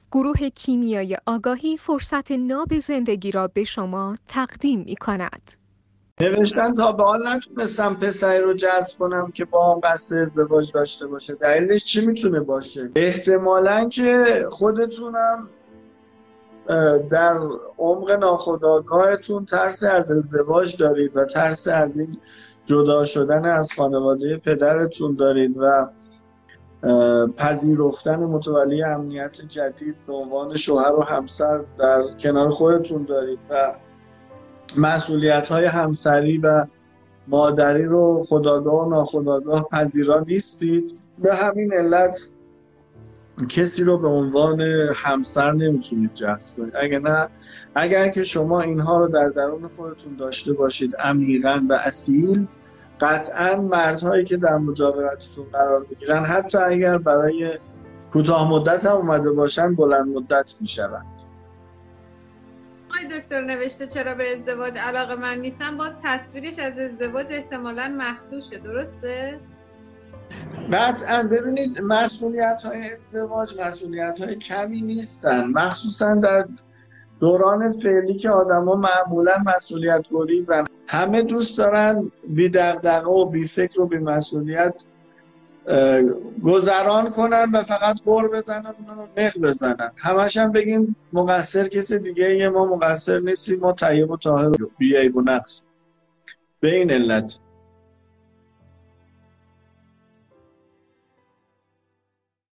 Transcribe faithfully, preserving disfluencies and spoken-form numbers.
گروه کیمیای آگاهی فرصت ناب زندگی را به شما تقدیم می کند. نوشتن تا به حال نتونستم پسری رو جذب کنم که با هم قصد ازدواج داشته باشه. دلیلش چی میتونه باشه؟ احتمالاً که خودتونم در عمق ناخودآگاهتون ترس از ازدواج دارید و ترس از این جدا شدن از خانواده پدرتون دارید و پذیرفتن متولی امنیت جدید به عنوان شوهر و همسر در کنار خودتون دارید و مسئولیت‌های همسری و مادری رو خودآگاه و ناخودآگاه پذیرا نیستید. به همین علت کسی رو به عنوان همسر نمیتونید جذب کنید. اگر نه اگر که شما اینها رو در درون خودتون داشته باشید عمیقاً و اصیل، قطعاً مردهایی که در مجاورتتون قرار میگیرن حتی اگر برای کوتاه مدت هم اومده باشن بلند مدت میشوند. آقای دکتر نوشته چرا به ازدواج علاقه من نیستم، باز تصویرش از ازدواج احتمالاً مخدوشه، درسته؟ قطعاً. ببینید مسئولیت های ازدواج مسئولیت های کمی نیستن، مخصوصا در دوران فعلی که آدم ها معمولا مسئولیت گریزن. همه دوست دارن بی دغدغه و بی فکر و بی مسئولیت گذران کنن و فقط غر بزنن و نق بزنن. همش هم بگیم مقصر کسی دیگه یه، ما مقصر نیستیم، ما طیب و طاهر و بی عیب و نقص. به این علت